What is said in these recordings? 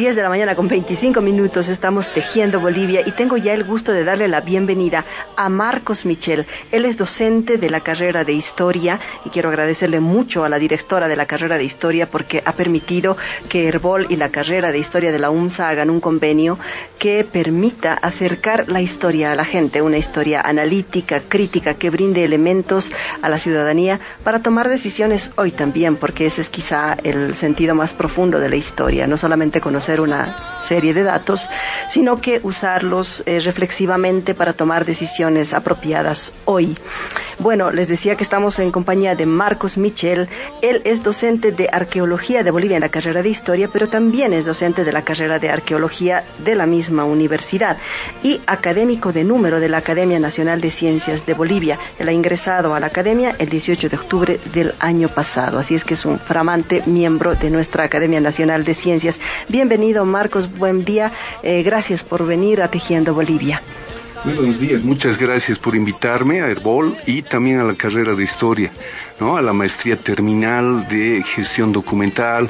10 de la mañana con 25 minutos, estamos tejiendo Bolivia y tengo ya el gusto de darle la bienvenida a Marcos Michel. Él es docente de la carrera de Historia y quiero agradecerle mucho a la directora de la carrera de Historia porque ha permitido que Herbol y la carrera de Historia de la UMSA hagan un convenio que permita acercar la historia a la gente, una historia analítica, crítica, que brinde elementos a la ciudadanía para tomar decisiones hoy también, porque ese es quizá el sentido más profundo de la historia, no solamente conocer una serie de datos, sino que usarlos reflexivamente para tomar decisiones apropiadas hoy. Bueno, les decía que estamos en compañía de Marcos Michel. Él es docente de Arqueología de Bolivia en la carrera de Historia, pero también es docente de la carrera de Arqueología de la misma universidad y académico de número de la Academia Nacional de Ciencias de Bolivia. Él ha ingresado a la academia el 18 de octubre del año pasado, así es que es un flamante miembro de nuestra Academia Nacional de Ciencias. Bienvenido, Marcos, buen día. Gracias por venir a Tejiendo Bolivia. Muy buenos días, muchas gracias por invitarme a Herbol y también a la carrera de Historia, ¿no? A la maestría terminal de Gestión Documental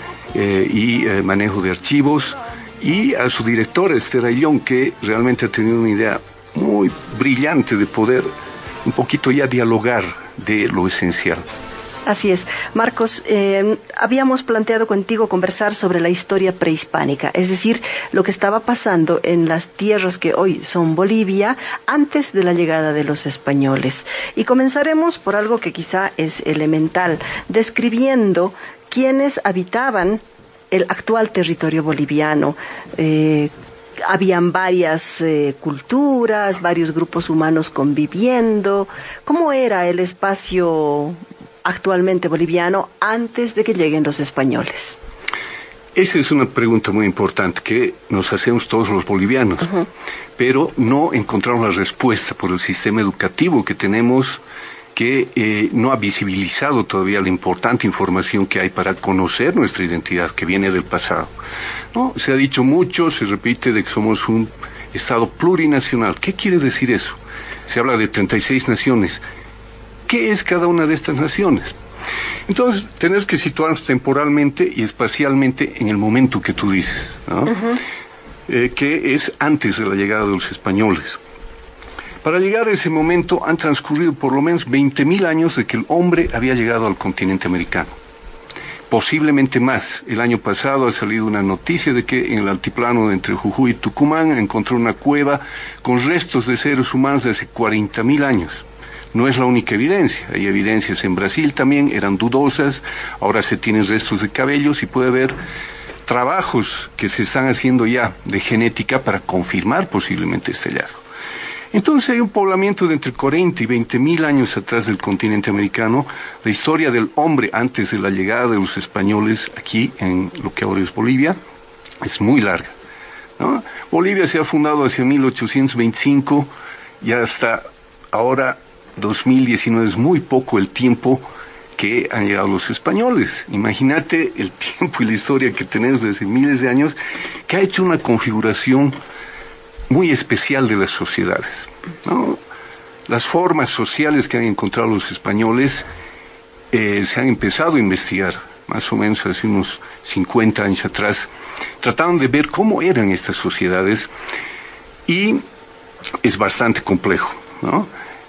y Manejo de Archivos, y a su directora Esther Ayllón, que realmente ha tenido una idea muy brillante de poder un poquito ya dialogar de lo esencial. Así es. Marcos, habíamos planteado contigo conversar sobre la historia prehispánica, es decir, lo que estaba pasando en las tierras que hoy son Bolivia antes de la llegada de los españoles. Y comenzaremos por algo que quizá es elemental, describiendo quiénes habitaban el actual territorio boliviano. Habían varias culturas, varios grupos humanos conviviendo. ¿Cómo era el espacio actualmente boliviano antes de que lleguen los españoles? Esa es una pregunta muy importante que nos hacemos todos los bolivianos, pero no encontramos la respuesta por el sistema educativo que tenemos, que no ha visibilizado todavía la importante información que hay para conocer nuestra identidad, que viene del pasado, ¿no? Se ha dicho mucho, se repite de que somos un Estado plurinacional. ¿Qué quiere decir eso? Se habla de 36 naciones. ¿Qué es cada una de estas naciones? Entonces, tenemos que situarnos temporalmente y espacialmente en el momento que tú dices, ¿no? Que es antes de la llegada de los españoles. Para llegar a ese momento han transcurrido por lo menos 20.000 años de que el hombre había llegado al continente americano. Posiblemente más. El año pasado ha salido una noticia de que en el altiplano entre Jujuy y Tucumán encontró una cueva con restos de seres humanos de hace 40.000 años. No es la única evidencia, hay evidencias en Brasil también, eran dudosas, ahora se tienen restos de cabellos y puede haber trabajos que se están haciendo ya de genética para confirmar posiblemente este hallazgo. Entonces hay un poblamiento de entre 40 y 20.000 años atrás del continente americano. La historia del hombre antes de la llegada de los españoles aquí en lo que ahora es Bolivia es muy larga, ¿no? Bolivia se ha fundado hacia 1825 y hasta ahora 2019 es muy poco el tiempo que han llegado los españoles. Imagínate el tiempo y la historia que tenemos desde miles de años, que ha hecho una configuración muy especial de las sociedades, ¿no? Las formas sociales que han encontrado los españoles se han empezado a investigar, más o menos hace unos 50 años atrás. Trataron de ver cómo eran estas sociedades y es bastante complejo, ¿no?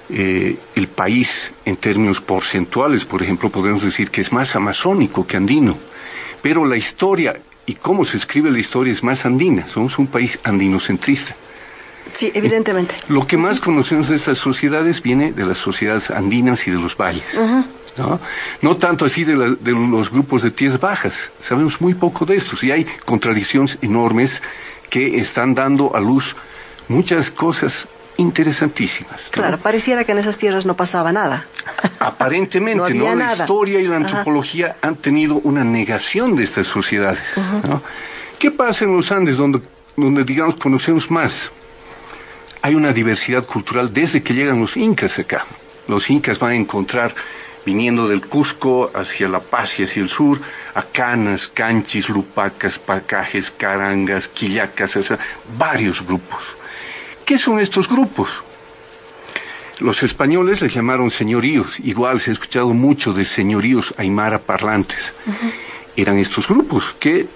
El país, en términos porcentuales, por ejemplo, podemos decir que es más amazónico que andino, pero la historia y cómo se escribe la historia es más andina. Somos un país andinocentrista. Sí, evidentemente. Lo que más conocemos de estas sociedades viene de las sociedades andinas y de los valles, ¿no? No tanto así de los grupos de tierras bajas. Sabemos muy poco de estos y hay contradicciones enormes que están dando a luz muchas cosas interesantísimas, ¿no? Claro, pareciera que en esas tierras no pasaba nada. Aparentemente, ¿no? La historia y la antropología han tenido una negación de estas sociedades, ¿no? ¿Qué pasa en los Andes, donde digamos conocemos más? Hay una diversidad cultural desde que llegan los incas acá. Los incas van a encontrar, viniendo del Cusco hacia La Paz y hacia el sur, acanas, canchis, lupacas, pacajes, carangas, quillacas, o sea, varios grupos. ¿Qué son estos grupos? Los españoles les llamaron señoríos. Igual se ha escuchado mucho de señoríos aymara parlantes. Eran estos grupos que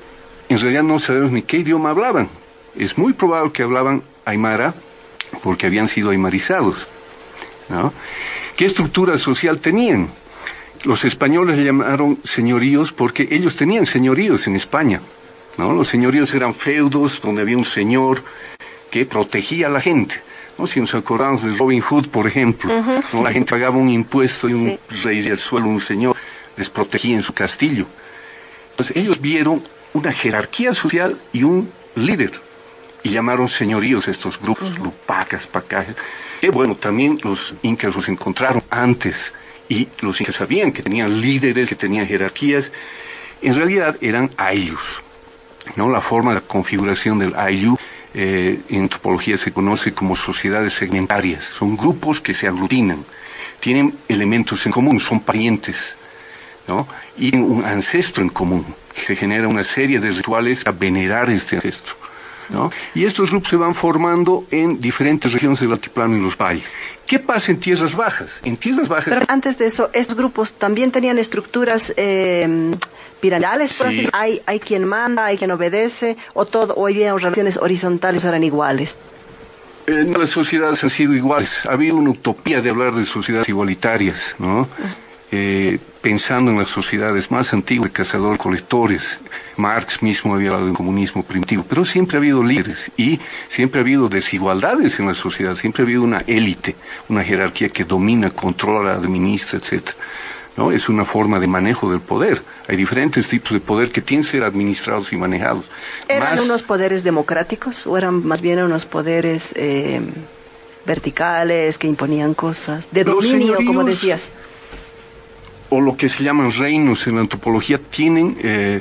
en realidad no sabemos ni qué idioma hablaban. Es muy probable que hablaban aymara porque habían sido aymarizados, ¿no? ¿Qué estructura social tenían? Los españoles le llamaron señoríos porque ellos tenían señoríos en España, ¿no? Los señoríos eran feudos donde había un señor que protegía a la gente, ¿no? Si nos acordamos de Robin Hood, por ejemplo, ¿no? La gente pagaba un impuesto y un rey del suelo, un señor, les protegía en su castillo. Entonces ellos vieron una jerarquía social y un líder, y llamaron señoríos estos grupos, lupacas, pacajes, que bueno, también los incas los encontraron antes, y los incas sabían que tenían líderes, que tenían jerarquías. En realidad eran ayllus, ¿no? La forma, la configuración del ayllu, en antropología se conoce como sociedades segmentarias. Son grupos que se aglutinan, tienen elementos en común, son parientes, ¿no? Y tienen un ancestro en común. Se genera una serie de rituales a venerar este ancestro, ¿no? Y estos grupos se van formando en diferentes regiones del altiplano y los valles. ¿Qué pasa en tierras bajas? En tierras bajas... Pero antes de eso, estos grupos también tenían estructuras piramidales, por así decirlo. Hay quien manda, hay quien obedece, o había relaciones horizontales, eran iguales. No, las sociedades han sido iguales. Ha habido una utopía de hablar de sociedades igualitarias, ¿no? Pensando en las sociedades más antiguas de cazadores-colectores. Marx mismo había hablado de un comunismo primitivo, pero siempre ha habido líderes y siempre ha habido desigualdades en la sociedad, siempre ha habido una élite, una jerarquía que domina, controla, administra, etcétera, ¿no? Es una forma de manejo del poder. Hay diferentes tipos de poder que tienen que ser administrados y manejados. ¿Eran unos poderes democráticos o eran más bien unos poderes verticales que imponían cosas? De dominio, como decías. O lo que se llaman reinos en la antropología tienen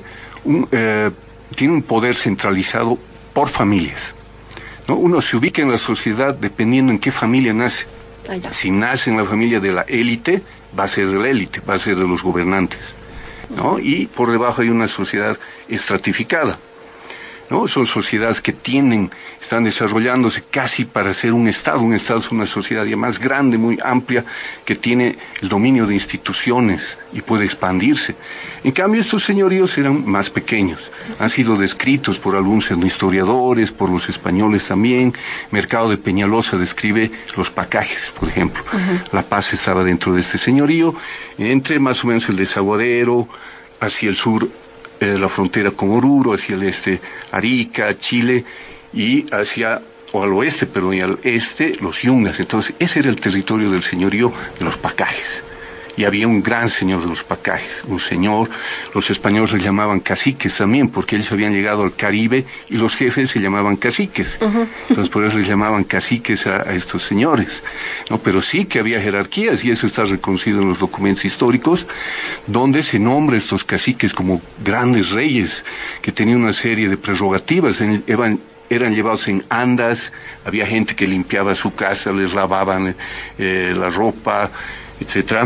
un poder centralizado por familias, ¿no? Uno se ubica en la sociedad dependiendo en qué familia nace. Si nace en la familia de la élite, va a ser de la élite, va a ser de los gobernantes, ¿no? Y por debajo hay una sociedad estratificada, ¿no? Son sociedades que están desarrollándose casi para ser un Estado. Un Estado es una sociedad ya más grande, muy amplia, que tiene el dominio de instituciones y puede expandirse. En cambio, estos señoríos eran más pequeños. Han sido descritos por algunos historiadores, por los españoles también. Mercado de Peñalosa describe los pacajes, por ejemplo. La Paz estaba dentro de este señorío, entre más o menos el Desaguadero, hacia el sur, la frontera con Oruro, hacia el este Arica, Chile, y al oeste, y al este los yungas. Entonces ese era el territorio del señorío de los pacajes. Y había un gran señor de los pacajes, un señor, los españoles le llamaban caciques también, porque ellos habían llegado al Caribe y los jefes se llamaban caciques. Entonces por eso les llamaban caciques a estos señores, ¿no? Pero sí que había jerarquías, y eso está reconocido en los documentos históricos, donde se nombra a estos caciques como grandes reyes, que tenían una serie de prerrogativas. Eran llevados en andas, había gente que limpiaba su casa, les lavaban la ropa, etcétera.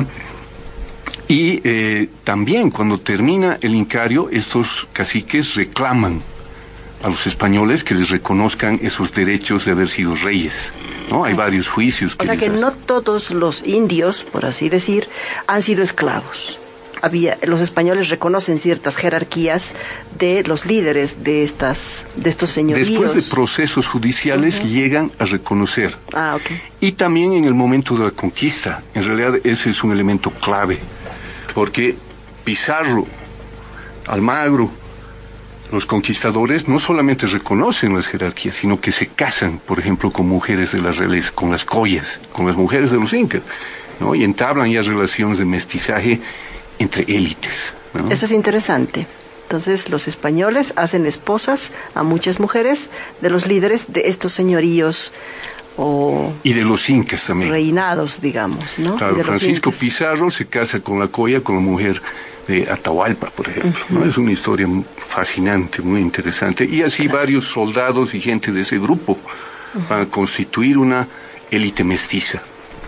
Y también cuando termina el incario, estos caciques reclaman a los españoles que les reconozcan esos derechos de haber sido reyes, ¿no? Hay varios juicios. O sea que no todos los indios, por así decir, han sido esclavos. Los españoles reconocen ciertas jerarquías de los líderes de estos señoríos. Después de procesos judiciales llegan a reconocer. Okay. Y también en el momento de la conquista. En realidad ese es un elemento clave, porque Pizarro, Almagro, los conquistadores no solamente reconocen las jerarquías, sino que se casan, por ejemplo, con mujeres de la realeza, con las collas, con las mujeres de los incas, ¿no? Y entablan ya relaciones de mestizaje entre élites, ¿no? Eso es interesante. Entonces los españoles hacen esposas a muchas mujeres de los líderes de estos señoríos y de los incas también. Reinados, digamos, ¿no? Claro, Francisco Pizarro se casa con la colla, con la mujer de Atahualpa, por ejemplo, ¿no? Es una historia fascinante, muy interesante. Y así varios soldados y gente de ese grupo para constituir una élite mestiza.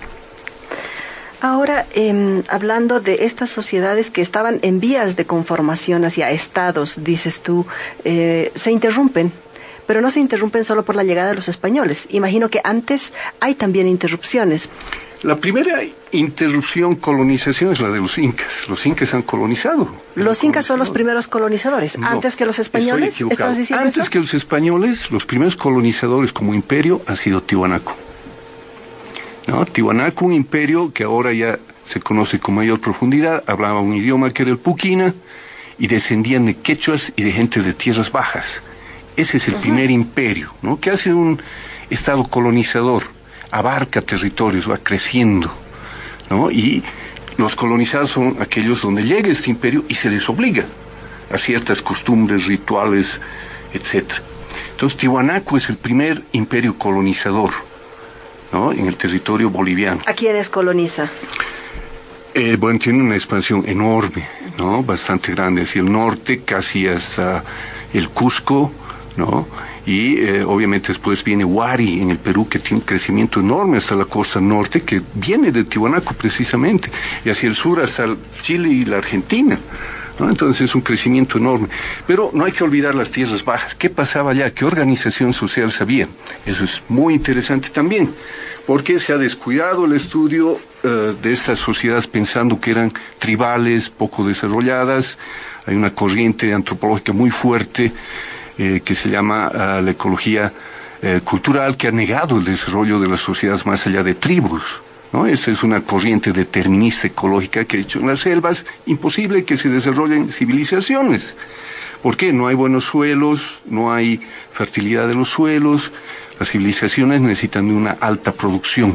Ahora, hablando de estas sociedades que estaban en vías de conformación hacia estados, dices tú, se interrumpen, pero no se interrumpen solo por la llegada de los españoles. Imagino que antes hay también interrupciones. La primera interrupción, colonización, es la de los incas. Los incas han colonizado. Los incas son los primeros colonizadores, no, antes que los españoles. Estoy equivocado. ¿Estás diciendo antes eso? que los españoles, los primeros colonizadores como imperio han sido Tiwanaku. ¿No? Tiwanaku, un imperio que ahora ya se conoce con mayor profundidad, hablaba un idioma que era el puquina y descendían de quechuas y de gente de tierras bajas. Ese es el primer imperio, ¿no? Que hace un estado colonizador, abarca territorios, va creciendo, ¿no? Y los colonizados son aquellos donde llega este imperio y se les obliga a ciertas costumbres, rituales, etc. Entonces Tiwanaku es el primer imperio colonizador, ¿no? En el territorio boliviano. ¿A quiénes coloniza? Bueno, tiene una expansión enorme, ¿no? Bastante grande hacia el norte, casi hasta el Cusco, ¿no? Y obviamente después viene Huari en el Perú, que tiene un crecimiento enorme hasta la costa norte, que viene de Tiwanaku precisamente, y hacia el sur hasta el Chile y la Argentina, ¿no? Entonces es un crecimiento enorme. Pero no hay que olvidar las tierras bajas. ¿Qué pasaba allá? ¿Qué organización social había? Eso es muy interesante también, porque se ha descuidado el estudio de estas sociedades pensando que eran tribales, poco desarrolladas. Hay una corriente antropológica muy fuerte que se llama la ecología cultural, que ha negado el desarrollo de las sociedades más allá de tribus, ¿no? Esta es una corriente determinista ecológica que ha hecho en las selvas imposible que se desarrollen civilizaciones. ¿Por qué? No hay buenos suelos, no hay fertilidad de los suelos, las civilizaciones necesitan de una alta producción,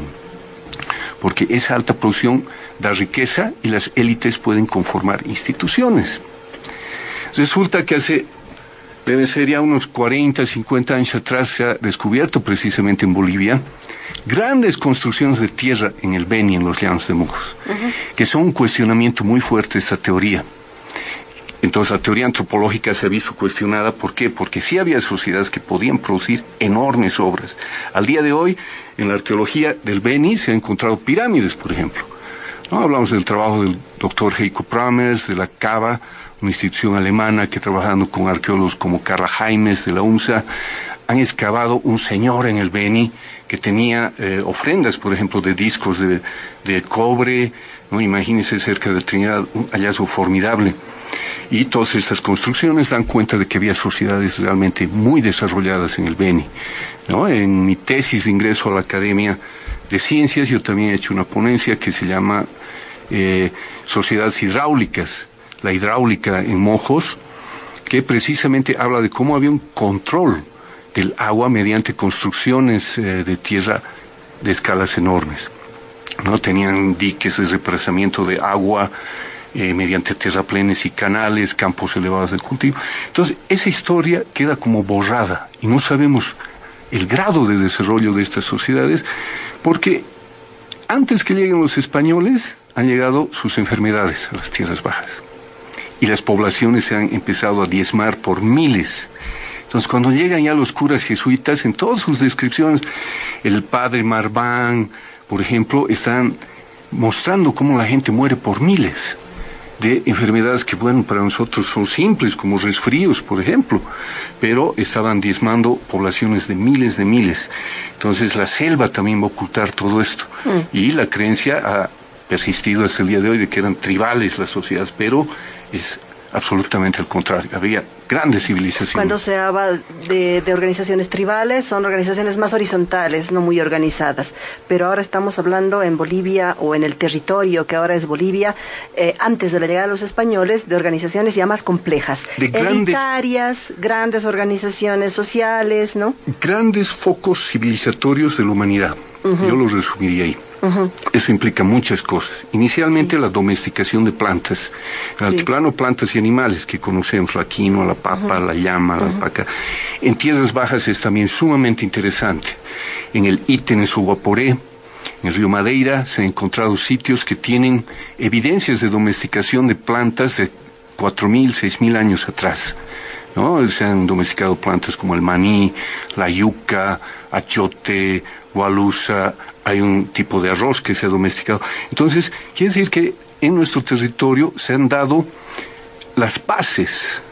porque esa alta producción da riqueza y las élites pueden conformar instituciones. Resulta que debe ser ya unos 40, 50 años atrás, se ha descubierto precisamente en Bolivia grandes construcciones de tierra en el Beni, en los llanos de Mojos, que son un cuestionamiento muy fuerte de esta teoría. Entonces la teoría antropológica se ha visto cuestionada. ¿Por qué? Porque sí había sociedades que podían producir enormes obras. Al día de hoy, en la arqueología del Beni se han encontrado pirámides, por ejemplo, ¿no? Hablamos del trabajo del doctor Heiko Pramers, de la Cava, una institución alemana que trabajando con arqueólogos como Carla Jaimes de la UNSA, han excavado un señor en el Beni que tenía ofrendas, por ejemplo, de discos de cobre, ¿no? Imagínense, cerca de Trinidad, un hallazgo formidable. Y todas estas construcciones dan cuenta de que había sociedades realmente muy desarrolladas en el Beni, ¿no? En mi tesis de ingreso a la Academia de Ciencias, yo también he hecho una ponencia que se llama Sociedades Hidráulicas, la hidráulica en Mojos, que precisamente habla de cómo había un control del agua mediante construcciones de tierra de escalas enormes, ¿no? Tenían diques de represamiento de agua mediante terraplenes y canales, campos elevados de cultivo. Entonces, esa historia queda como borrada y no sabemos el grado de desarrollo de estas sociedades, porque antes que lleguen los españoles han llegado sus enfermedades a las tierras bajas y las poblaciones se han empezado a diezmar por miles. Entonces, cuando llegan ya los curas jesuitas, en todas sus descripciones, el padre Marván, por ejemplo, están mostrando cómo la gente muere por miles de enfermedades que, bueno, para nosotros son simples, como resfríos, por ejemplo, pero estaban diezmando poblaciones de miles de miles. Entonces, la selva también va a ocultar todo esto. Y la creencia ha persistido hasta el día de hoy de que eran tribales las sociedades, pero es absolutamente al contrario. Había grandes civilizaciones. Cuando se habla de organizaciones tribales, son organizaciones más horizontales, no muy organizadas. Pero ahora estamos hablando en Bolivia, o en el territorio que ahora es Bolivia, antes de la llegada de los españoles, de organizaciones ya más complejas. Elitarias, grandes organizaciones sociales, ¿no? Grandes focos civilizatorios de la humanidad. Yo los resumiría ahí. Eso implica muchas cosas. Inicialmente, la domesticación de plantas. En el altiplano, plantas y animales que conocemos, la quinoa, la papa, la llama, la alpaca. En tierras bajas es también sumamente interesante. En el Iten, en Suguaporé, en el río Madeira, se han encontrado sitios que tienen evidencias de domesticación de plantas de 4.000, 6.000 años atrás, ¿no? Se han domesticado plantas como el maní, la yuca, achote, gualusa. Hay un tipo de arroz que se ha domesticado. Entonces, quiere decir que en nuestro territorio se han dado las bases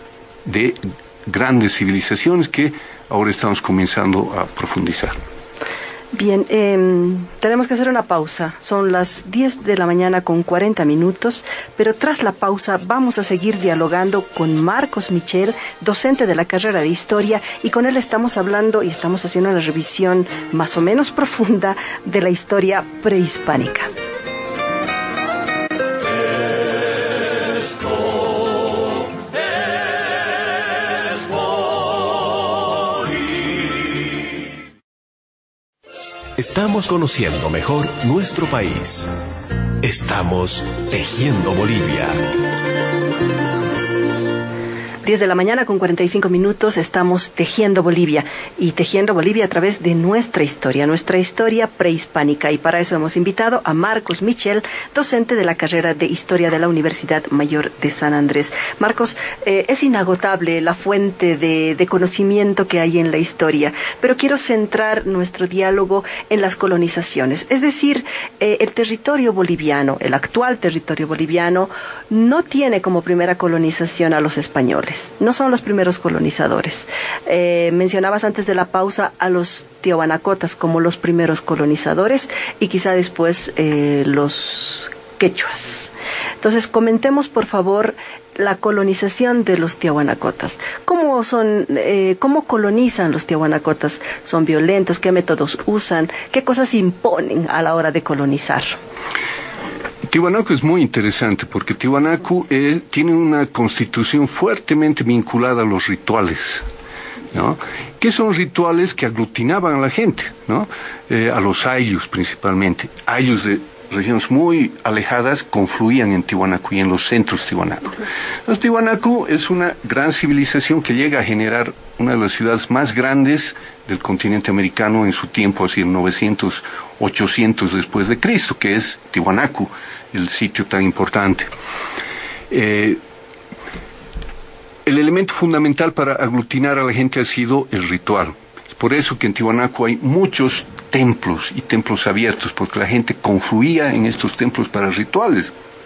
de grandes civilizaciones que ahora estamos comenzando a profundizar. Bien, tenemos que hacer una pausa. Son las 10 de la mañana con 40 minutos, pero tras la pausa vamos a seguir dialogando con Marcos Michel, docente de la carrera de Historia, y con él estamos hablando y estamos haciendo una revisión más o menos profunda de la historia prehispánica. Estamos conociendo mejor nuestro país. Estamos tejiendo Bolivia. 10 de la mañana con 45 minutos, estamos tejiendo Bolivia, y tejiendo Bolivia a través de nuestra historia prehispánica, y para eso hemos invitado a Marcos Michel, docente de la carrera de Historia de la Universidad Mayor de San Andrés. Marcos, es inagotable la fuente de conocimiento que hay en la historia, pero quiero centrar nuestro diálogo en las colonizaciones, es decir, el territorio boliviano, el actual territorio boliviano, no tiene como primera colonización a los españoles. No son los primeros colonizadores. Mencionabas antes de la pausa a los tiahuanacotas como los primeros colonizadores, y quizá después los quechuas. Entonces, comentemos por favor la colonización de los tiahuanacotas. ¿Cómo colonizan los tiahuanacotas? ¿Son violentos? ¿Qué métodos usan? ¿Qué cosas imponen a la hora de colonizar? Tiwanaku es muy interesante porque Tiwanaku tiene una constitución fuertemente vinculada a los rituales, ¿no? Que son rituales que aglutinaban a la gente, ¿no? A los ayllus principalmente. Ayllus de regiones muy alejadas confluían en Tiwanaku y en los centros Tiwanaku. Entonces, Tiwanaku es una gran civilización que llega a generar una de las ciudades más grandes del continente americano en su tiempo, así en 900, 800 después de Cristo, que es Tiwanaku, el sitio tan importante. El elemento fundamental para aglutinar a la gente ha sido el ritual. Es por eso que en Tiwanaku hay muchos templos y templos abiertos, porque la gente confluía en estos templos para rituales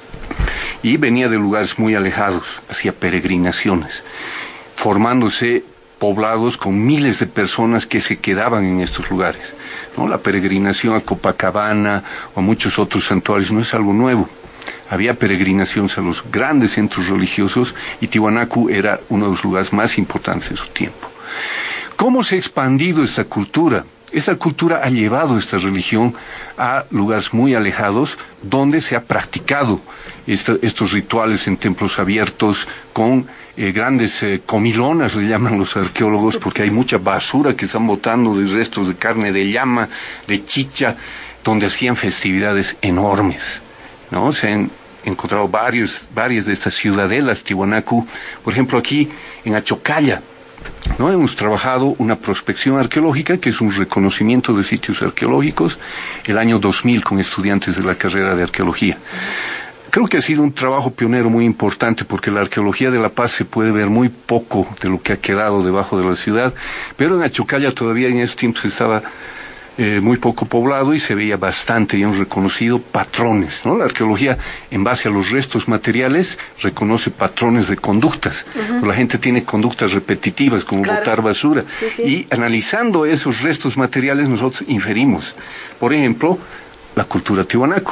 y venía de lugares muy alejados, hacía peregrinaciones, formándose poblados con miles de personas que se quedaban en estos lugares, ¿no? La peregrinación a Copacabana o a muchos otros santuarios no es algo nuevo. Había peregrinaciones a los grandes centros religiosos y Tiwanaku era uno de los lugares más importantes en su tiempo. ¿Cómo se ha expandido esta cultura? Esta cultura ha llevado esta religión a lugares muy alejados donde se ha practicado estos rituales en templos abiertos con grandes comilonas, le llaman los arqueólogos, porque hay mucha basura que están botando de restos de carne de llama, de chicha, donde hacían festividades enormes, ¿no? Se han encontrado varias de estas ciudadelas Tiwanaku, por ejemplo aquí en Achocalla, ¿no? Hemos trabajado una prospección arqueológica, que es un reconocimiento de sitios arqueológicos, el año 2000 con estudiantes de la carrera de arqueología. Creo que ha sido un trabajo pionero muy importante, porque la arqueología de La Paz se puede ver muy poco de lo que ha quedado debajo de la ciudad, pero en Achocalla todavía en esos tiempos estaba muy poco poblado y se veía bastante, y hemos reconocido patrones, ¿no? La arqueología, en base a los restos materiales, reconoce patrones de conductas. La gente tiene conductas repetitivas, como botar basura. Sí, sí. Y analizando esos restos materiales, nosotros inferimos, por ejemplo, la cultura Tiwanaku.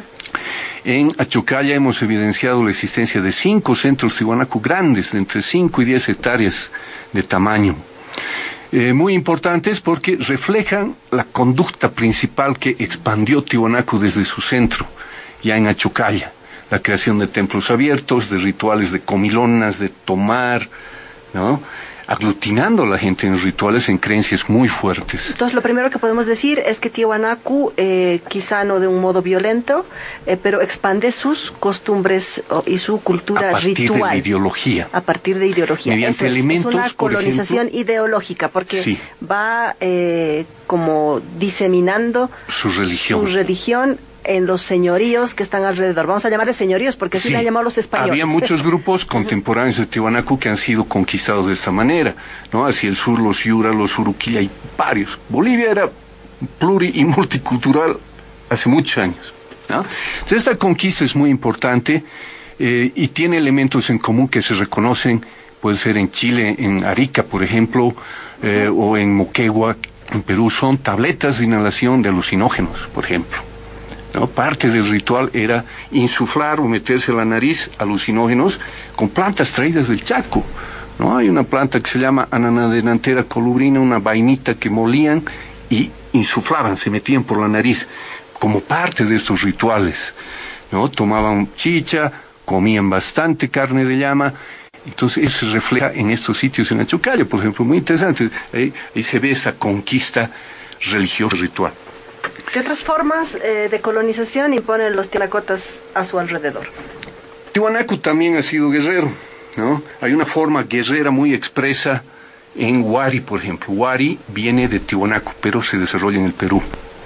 En Achocalla hemos evidenciado la existencia de 5 centros Tiwanaku grandes, de entre 5 y 10 hectáreas de tamaño. Muy importantes porque reflejan la conducta principal que expandió Tiwanaku desde su centro, ya en Achocalla. La creación de templos abiertos, de rituales de comilonas, de tomar, ¿no? Aglutinando a la gente en rituales, en creencias muy fuertes. Entonces, lo primero que podemos decir es que Tiwanaku, quizá no de un modo violento, pero expande sus costumbres y su cultura ritual. A partir de la ideología. A partir de ideología. Mediante elementos, es una colonización ideológica, porque sí, va como diseminando su religión en los señoríos que están alrededor. Vamos a llamarles señoríos porque así le han llamado los españoles. Había muchos grupos contemporáneos de Tiwanaku que han sido conquistados de esta manera, ¿no? Hacia el sur, los Yura, los Uruquilla, y varios. Bolivia era pluri y multicultural hace muchos años, ¿no? Entonces, esta conquista es muy importante y tiene elementos en común que se reconocen, puede ser en Chile, en Arica, por ejemplo, o en Moquegua, en Perú son tabletas de inhalación de alucinógenos, por ejemplo. ¿No? Parte del ritual era insuflar o meterse a la nariz alucinógenos con plantas traídas del Chaco. ¿No? Hay una planta que se llama Anadenantera colubrina, una vainita que molían y insuflaban, se metían por la nariz, como parte de estos rituales. ¿No? Tomaban chicha, comían bastante carne de llama. Entonces eso se refleja en estos sitios en Achocalla, por ejemplo, muy interesante. Ahí se ve esa conquista religiosa ritual. ¿Qué otras formas de colonización imponen los tiwanacotas a su alrededor? Tiwanaku también ha sido guerrero, ¿no? Hay una forma guerrera muy expresa en Huari, por ejemplo. Huari viene de Tiwanaku, pero se desarrolla en el Perú,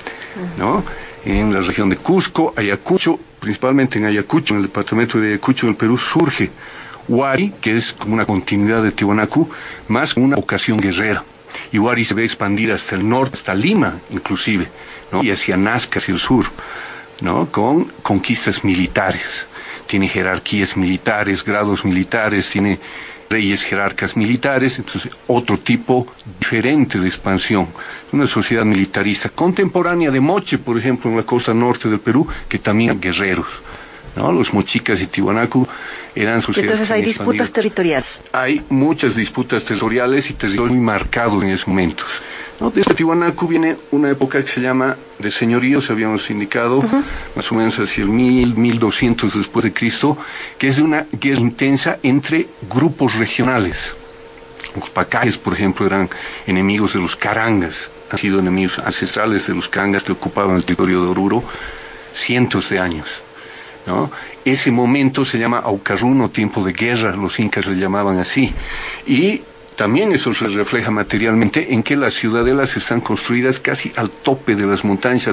¿no? En la región de Cusco, Ayacucho, principalmente en Ayacucho, en el departamento de Ayacucho del Perú, surge Huari, que es como una continuidad de Tiwanaku, más una vocación guerrera. Y Huari se ve expandir hasta el norte, hasta Lima, inclusive, ¿no? Y hacia Nazca, hacia el sur, ¿no? Con conquistas militares. Tiene jerarquías militares, grados militares, tiene reyes jerarcas militares, entonces otro tipo diferente de expansión. Una sociedad militarista contemporánea de Moche, por ejemplo, en la costa norte del Perú, que también eran guerreros, ¿no? Los mochicas y Tiwanaku eran sociedades. Entonces hay disputas territoriales. Hay muchas disputas territoriales y territorios muy marcados en esos momentos, ¿no? Desde Tiwanaku viene una época que se llama de señoríos, habíamos indicado, más o menos hacia el 1200 después de Cristo, que es de una guerra intensa entre grupos regionales. Los pacajes, por ejemplo, eran enemigos de los carangas, han sido enemigos ancestrales de los carangas que ocupaban el territorio de Oruro cientos de años, ¿no? Ese momento se llama Aucarruno, tiempo de guerra, los incas le llamaban así. Y también eso se refleja materialmente en que las ciudadelas están construidas casi al tope de las montañas, a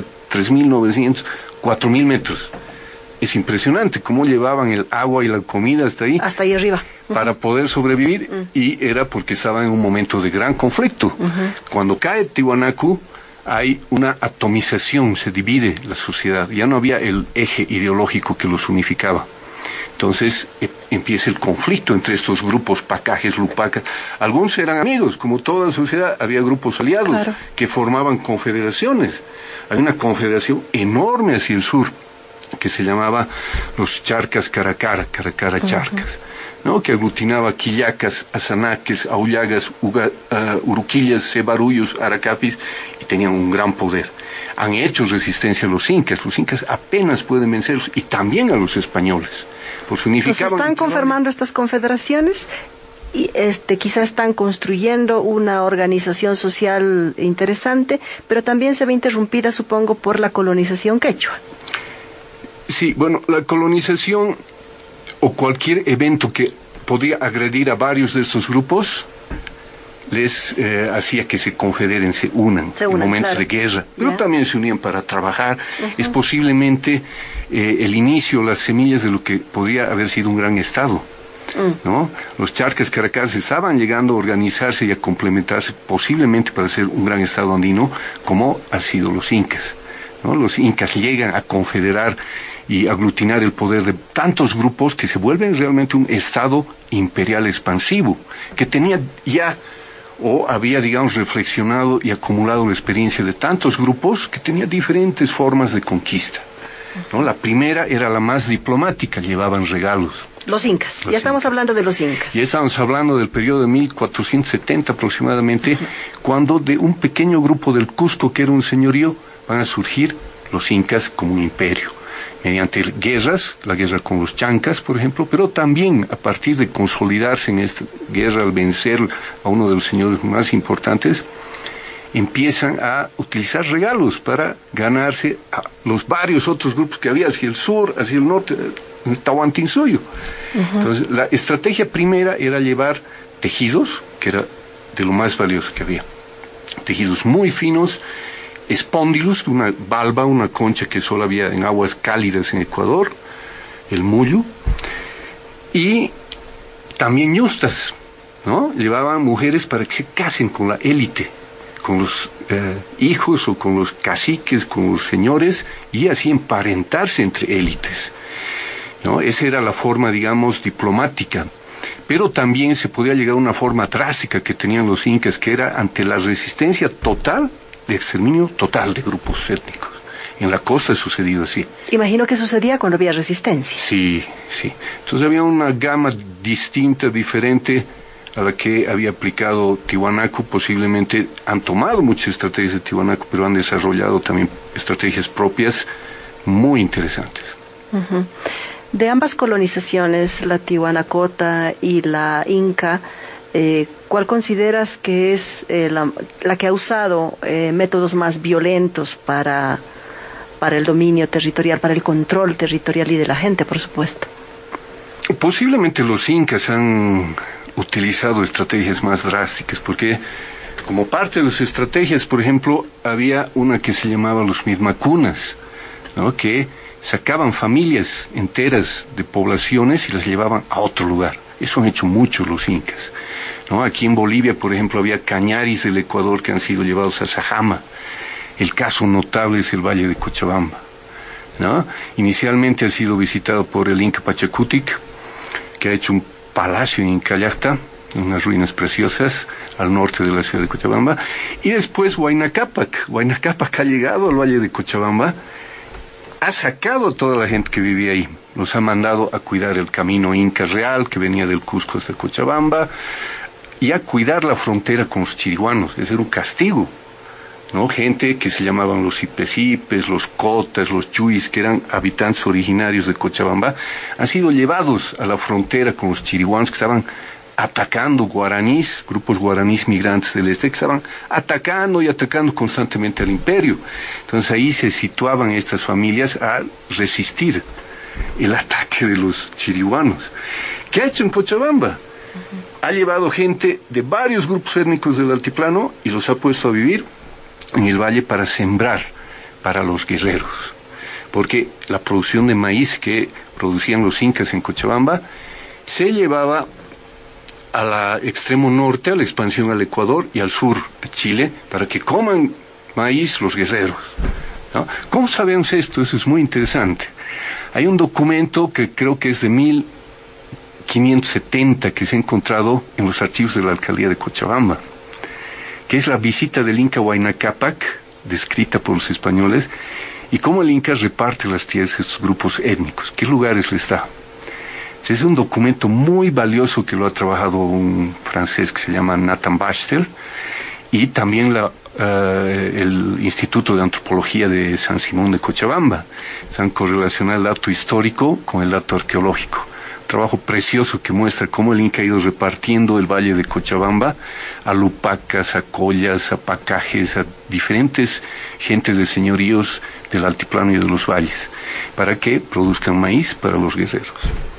3.900, 4.000 metros. Es impresionante cómo llevaban el agua y la comida hasta ahí. Hasta ahí arriba. Para poder sobrevivir, y era porque estaban en un momento de gran conflicto. Cuando cae Tiwanaku, hay una atomización, se divide la sociedad, ya no había el eje ideológico que los unificaba. Entonces empieza el conflicto entre estos grupos pacajes, lupacas. Algunos eran amigos, como toda sociedad, había grupos aliados, claro, que formaban confederaciones. Hay una confederación enorme hacia el sur, que se llamaba los Charcas Caracara, Caracara Charcas, ¿no? Que aglutinaba quillacas, azanaques, aullagas, uruquillas, cebarullos, aracapis, y tenían un gran poder. Han hecho resistencia a los incas apenas pueden vencerlos, y también a los españoles. Pues unificaban. Están confirmando estas confederaciones y quizás están construyendo una organización social interesante, pero también se ve interrumpida, supongo, por la colonización quechua. Sí, bueno, la colonización o cualquier evento que podía agredir a varios de estos grupos les hacía que se confederen, se unan en momentos, claro, de guerra, pero también se unían para trabajar. Es posiblemente el inicio, las semillas de lo que podría haber sido un gran estado, ¿no? Los Charcas Caracas estaban llegando a organizarse y a complementarse posiblemente para ser un gran estado andino, como han sido los incas, ¿no? Los incas llegan a confederar y aglutinar el poder de tantos grupos que se vuelven realmente un estado imperial expansivo, que tenía ya o había, digamos, reflexionado y acumulado la experiencia de tantos grupos que tenía diferentes formas de conquista, ¿no? La primera era la más diplomática, llevaban regalos. Los incas, ya estamos hablando de los incas. Ya estamos hablando del periodo de 1470 aproximadamente, cuando de un pequeño grupo del Cusco, que era un señorío, van a surgir los incas como un imperio, mediante guerras, la guerra con los chancas, por ejemplo, pero también a partir de consolidarse en esta guerra, al vencer a uno de los señores más importantes, empiezan a utilizar regalos para ganarse a los varios otros grupos que había hacia el sur, hacia el norte, en Tahuantinsuyo. Entonces, la estrategia primera era llevar tejidos, que era de lo más valioso que había, tejidos muy finos, espóndilos, una valva, una concha que solo había en aguas cálidas en Ecuador, el muyu, y también ñustas, ¿no? Llevaban mujeres para que se casen con la élite, con los hijos o con los caciques, con los señores, y así emparentarse entre élites, ¿no? Esa era la forma, digamos, diplomática. Pero también se podía llegar a una forma drástica que tenían los incas, que era ante la resistencia total, de exterminio total de grupos étnicos. En la costa ha sucedido así. Imagino que sucedía cuando había resistencia. Sí, sí. Entonces había una gama distinta, diferente a la que había aplicado Tiwanaku. Posiblemente han tomado muchas estrategias de Tiwanaku, pero han desarrollado también estrategias propias muy interesantes. Uh-huh. De ambas colonizaciones, la Tiwanacota y la Inca, ¿cuál consideras que es la que ha usado métodos más violentos para el dominio territorial, para el control territorial y de la gente, por supuesto? Posiblemente los incas han utilizado estrategias más drásticas, porque como parte de sus estrategias, por ejemplo, había una que se llamaba los mismacunas, ¿no? Que sacaban familias enteras de poblaciones y las llevaban a otro lugar. Eso han hecho muchos los incas, ¿no? Aquí en Bolivia, por ejemplo, había cañaris del Ecuador que han sido llevados a Sajama. El caso notable es el Valle de Cochabamba, ¿no? Inicialmente ha sido visitado por el Inca Pachacutic, que ha hecho un palacio en Incallacta, unas ruinas preciosas al norte de la ciudad de Cochabamba, y después Huayna Cápac ha llegado al Valle de Cochabamba, ha sacado a toda la gente que vivía ahí, los ha mandado a cuidar el camino Inca Real, que venía del Cusco hasta Cochabamba, y a cuidar la frontera con los chiriguanos. Ese era un castigo, ¿no? Gente que se llamaban los Ipecipes, los Cotas, los Chuyis, que eran habitantes originarios de Cochabamba, han sido llevados a la frontera con los chiriguanos, que estaban atacando guaraníes, grupos guaraníes migrantes del este, que estaban atacando y atacando constantemente al imperio. Entonces ahí se situaban estas familias a resistir el ataque de los chiriguanos. ¿Qué ha hecho en Cochabamba? Ha llevado gente de varios grupos étnicos del altiplano y los ha puesto a vivir en el valle para sembrar para los guerreros. Porque la producción de maíz que producían los incas en Cochabamba se llevaba al extremo norte, a la expansión al Ecuador y al sur, a Chile, para que coman maíz los guerreros, ¿no? ¿Cómo sabemos esto? Eso es muy interesante. Hay un documento que creo que es de 1570 que se ha encontrado en los archivos de la alcaldía de Cochabamba, que es la visita del Inca Huayna Cápac, descrita por los españoles, y cómo el Inca reparte las tierras a estos grupos étnicos, qué lugares les da. Es un documento muy valioso que lo ha trabajado un francés que se llama Nathan Bachtel, y también el Instituto de Antropología de San Simón de Cochabamba. Se han correlacionado el dato histórico con el dato arqueológico. Un trabajo precioso que muestra cómo el Inca ha ido repartiendo el valle de Cochabamba a lupacas, a collas, a pacajes, a diferentes gentes de señoríos del altiplano y de los valles, para que produzcan maíz para los guerreros.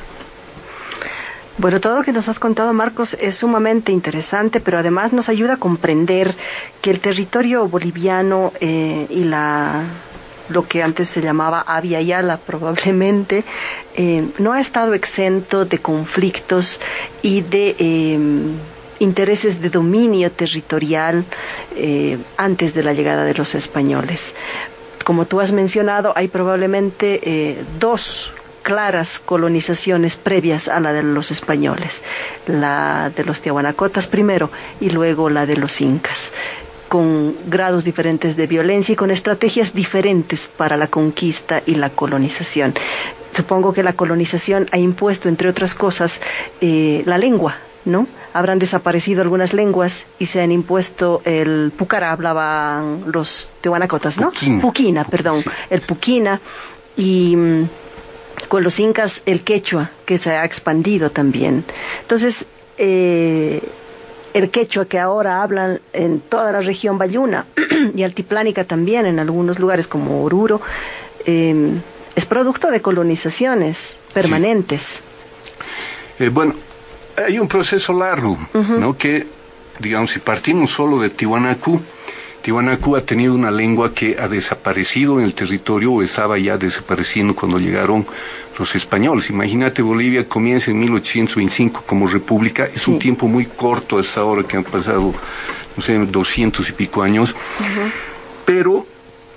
Bueno, todo lo que nos has contado, Marcos, es sumamente interesante, pero además nos ayuda a comprender que el territorio boliviano y lo que antes se llamaba Abya Yala probablemente, no ha estado exento de conflictos y de intereses de dominio territorial antes de la llegada de los españoles. Como tú has mencionado, hay probablemente dos claras colonizaciones previas a la de los españoles, la de los tiahuanacotas primero y luego la de los incas, con grados diferentes de violencia y con estrategias diferentes para la conquista y la colonización. Supongo que la colonización ha impuesto, entre otras cosas, la lengua, ¿no? Habrán desaparecido algunas lenguas y se han impuesto el pucara, hablaban los tiahuanacotas, ¿no? Puquina, perdón, sí. El puquina, y con los incas el quechua, que se ha expandido también. Entonces, el quechua que ahora hablan en toda la región bayuna y altiplánica también, en algunos lugares como Oruro, es producto de colonizaciones permanentes. Sí. Bueno, hay un proceso largo, ¿no? Que, digamos, si partimos solo de Tiwanaku ha tenido una lengua que ha desaparecido en el territorio o estaba ya desapareciendo cuando llegaron los españoles. Imagínate, Bolivia comienza en 1825 como república, es un tiempo muy corto hasta ahora, que han pasado, no sé, 200 y pico años, pero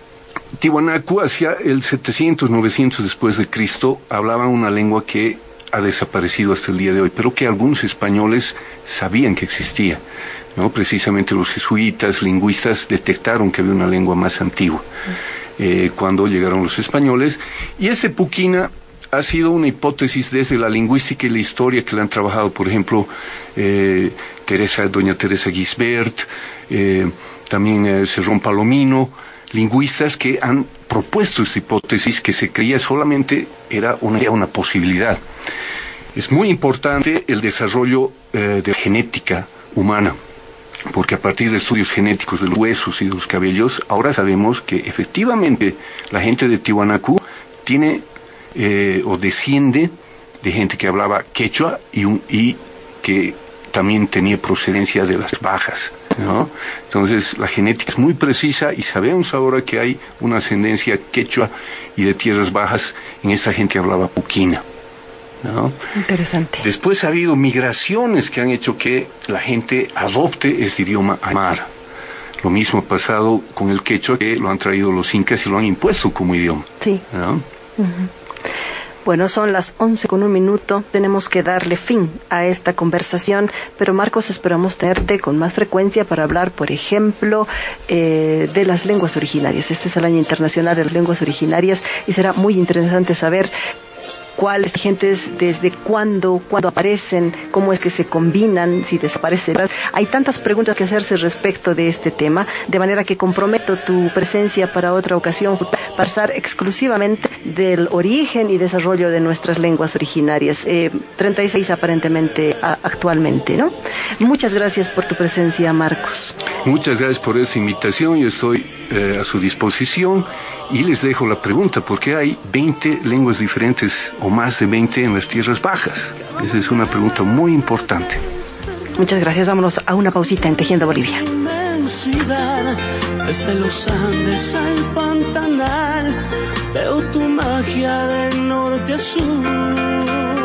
Tiwanaku hacia el 700, 900 después de Cristo hablaban una lengua que ha desaparecido hasta el día de hoy, pero que algunos españoles sabían que existía, ¿no? Precisamente los jesuitas, lingüistas, detectaron que había una lengua más antigua cuando llegaron los españoles. Y ese puquina ha sido una hipótesis desde la lingüística y la historia que la han trabajado, por ejemplo, doña Teresa Gisbert, también Cerrón Palomino, lingüistas que han propuesto esta hipótesis que se creía solamente era una posibilidad. Es muy importante el desarrollo de genética humana, porque a partir de estudios genéticos de los huesos y de los cabellos, ahora sabemos que efectivamente la gente de Tiwanaku tiene o desciende de gente que hablaba quechua y que también tenía procedencia de las bajas, ¿no? Entonces la genética es muy precisa y sabemos ahora que hay una ascendencia quechua y de tierras bajas en esa gente que hablaba puquina, ¿no? Interesante. Después ha habido migraciones que han hecho que la gente adopte este idioma aymara. Lo mismo ha pasado con el quechua, que lo han traído los incas y lo han impuesto como idioma. Sí. ¿No? Uh-huh. Bueno, son las 11:01. Tenemos que darle fin a esta conversación, pero Marcos, esperamos tenerte con más frecuencia para hablar, por ejemplo, de las lenguas originarias. Este es el Año Internacional de las Lenguas Originarias y será muy interesante saber cuáles gentes, desde cuándo aparecen, cómo es que se combinan, si desaparecen. Hay tantas preguntas que hacerse respecto de este tema, de manera que comprometo tu presencia para otra ocasión, para pasar exclusivamente del origen y desarrollo de nuestras lenguas originarias. 36 aparentemente actualmente, ¿no? Muchas gracias por tu presencia, Marcos. Muchas gracias por esta invitación. Yo estoy a su disposición. Y les dejo la pregunta, ¿por qué hay 20 lenguas diferentes o más de 20 en las tierras bajas? Esa es una pregunta muy importante. Muchas gracias. Vámonos a una pausita en Tejiendo Bolivia. Desde los Andes al Pantanal, veo tu magia de norte a sur.